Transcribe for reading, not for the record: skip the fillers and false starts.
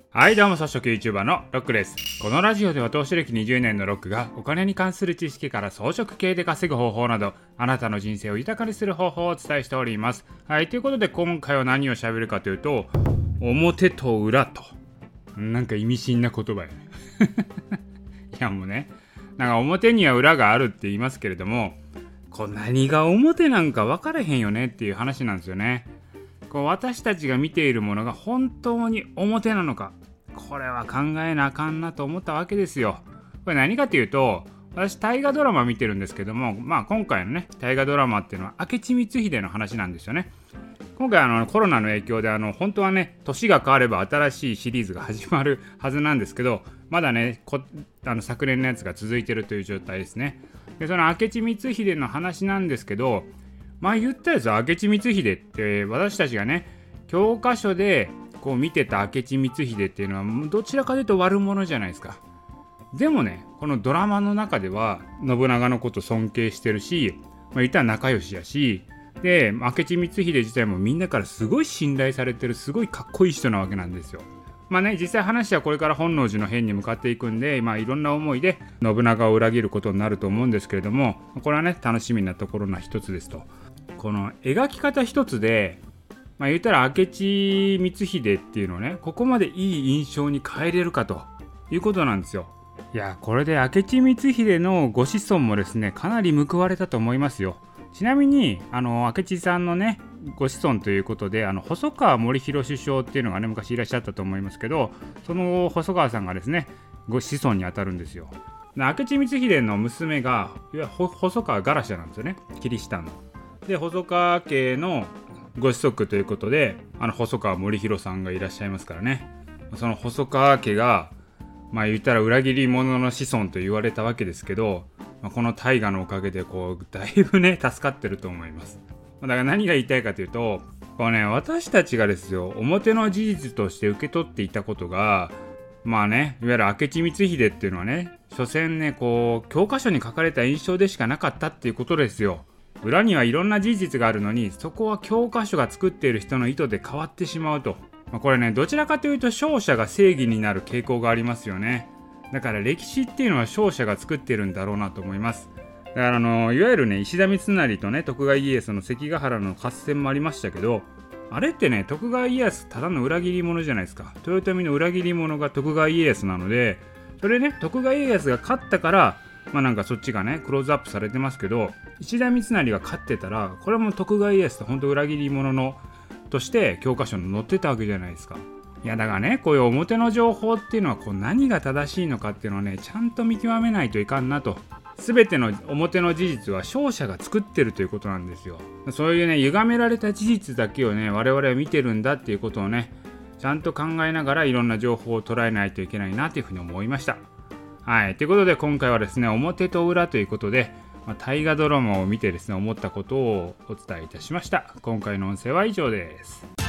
はいどうも、草食 YouTuber のロックです。このラジオでは投資歴20年のロックがお金に関する知識から装飾系で稼ぐ方法など、あなたの人生を豊かにする方法をお伝えしております。はい、ということで今回は何を喋るかというと、表と裏と。なんか意味深な言葉やね。いやもうね、なんか表には裏があるって言いますけれども、こう何が表なんか分からへんよねっていう話なんですよね。こう私たちが見ているものが本当に表なのか、これは考えなあかんなと思ったわけですよ。これ何かというと、私大河ドラマ見てるんですけども、今回のね大河ドラマっていうのは明智光秀の話なんですよね。今回コロナの影響で本当はね年が変われば新しいシリーズが始まるはずなんですけど、まだね昨年のやつが続いてるという状態ですね。でその明智光秀の話なんですけど、言ったやつ明智光秀って私たちがね教科書でこう見てた明智光秀っていうのはどちらかというと悪者じゃないですか。でもねこのドラマの中では信長のこと尊敬してるし、言ったら仲良しやし、で明智光秀自体もみんなからすごい信頼されてるすごいかっこいい人なわけなんですよ。実際話はこれから本能寺の変に向かっていくんで、いろんな思いで信長を裏切ることになると思うんですけれども、これはね楽しみなところの一つですと。この描き方一つで言ったら明智光秀っていうのをねここまでいい印象に変えれるかということなんですよ。いやこれで明智光秀のご子孫もですねかなり報われたと思いますよ。ちなみに明智さんのねご子孫ということで細川護熙首相っていうのがね昔いらっしゃったと思いますけど、その細川さんがですねご子孫にあたるんですよ。明智光秀の娘がいわゆる細川ガラシャなんですよね、キリシタンの。で細川家のご子息ということで細川護熙さんがいらっしゃいますからね。その細川家が言ったら裏切り者の子孫と言われたわけですけど、この大河のおかげでだいぶね助かってると思います。だから何が言いたいかというと、私たちがですよ表の事実として受け取っていたことがいわゆる明智光秀っていうのはね所詮ね教科書に書かれた印象でしかなかったっていうことですよ。裏にはいろんな事実があるのに、そこは教科書が作っている人の意図で変わってしまうと。これねどちらかというと勝者が正義になる傾向がありますよね。だから歴史っていうのは勝者が作っているんだろうなと思います。だからいわゆるね石田三成とね徳川家康の関ヶ原の合戦もありましたけど、あれってね徳川家康ただの裏切り者じゃないですか。豊臣の裏切り者が徳川家康なので、それね徳川家康が勝ったからそっちがねクローズアップされてますけど、石田三成が勝ってたらこれも徳川家康と本当裏切り者のとして教科書に載ってたわけじゃないですか。いやだからねこういう表の情報っていうのは何が正しいのかっていうのをねちゃんと見極めないといかんなと。全ての表の事実は勝者が作ってるということなんですよ。そういうね歪められた事実だけをね我々は見てるんだっていうことをねちゃんと考えながらいろんな情報を捉えないといけないなというふうに思いました。はい、ということで今回はですね表と裏ということで、大河ドラマを見てですね思ったことをお伝えいたしました。今回の音声は以上です。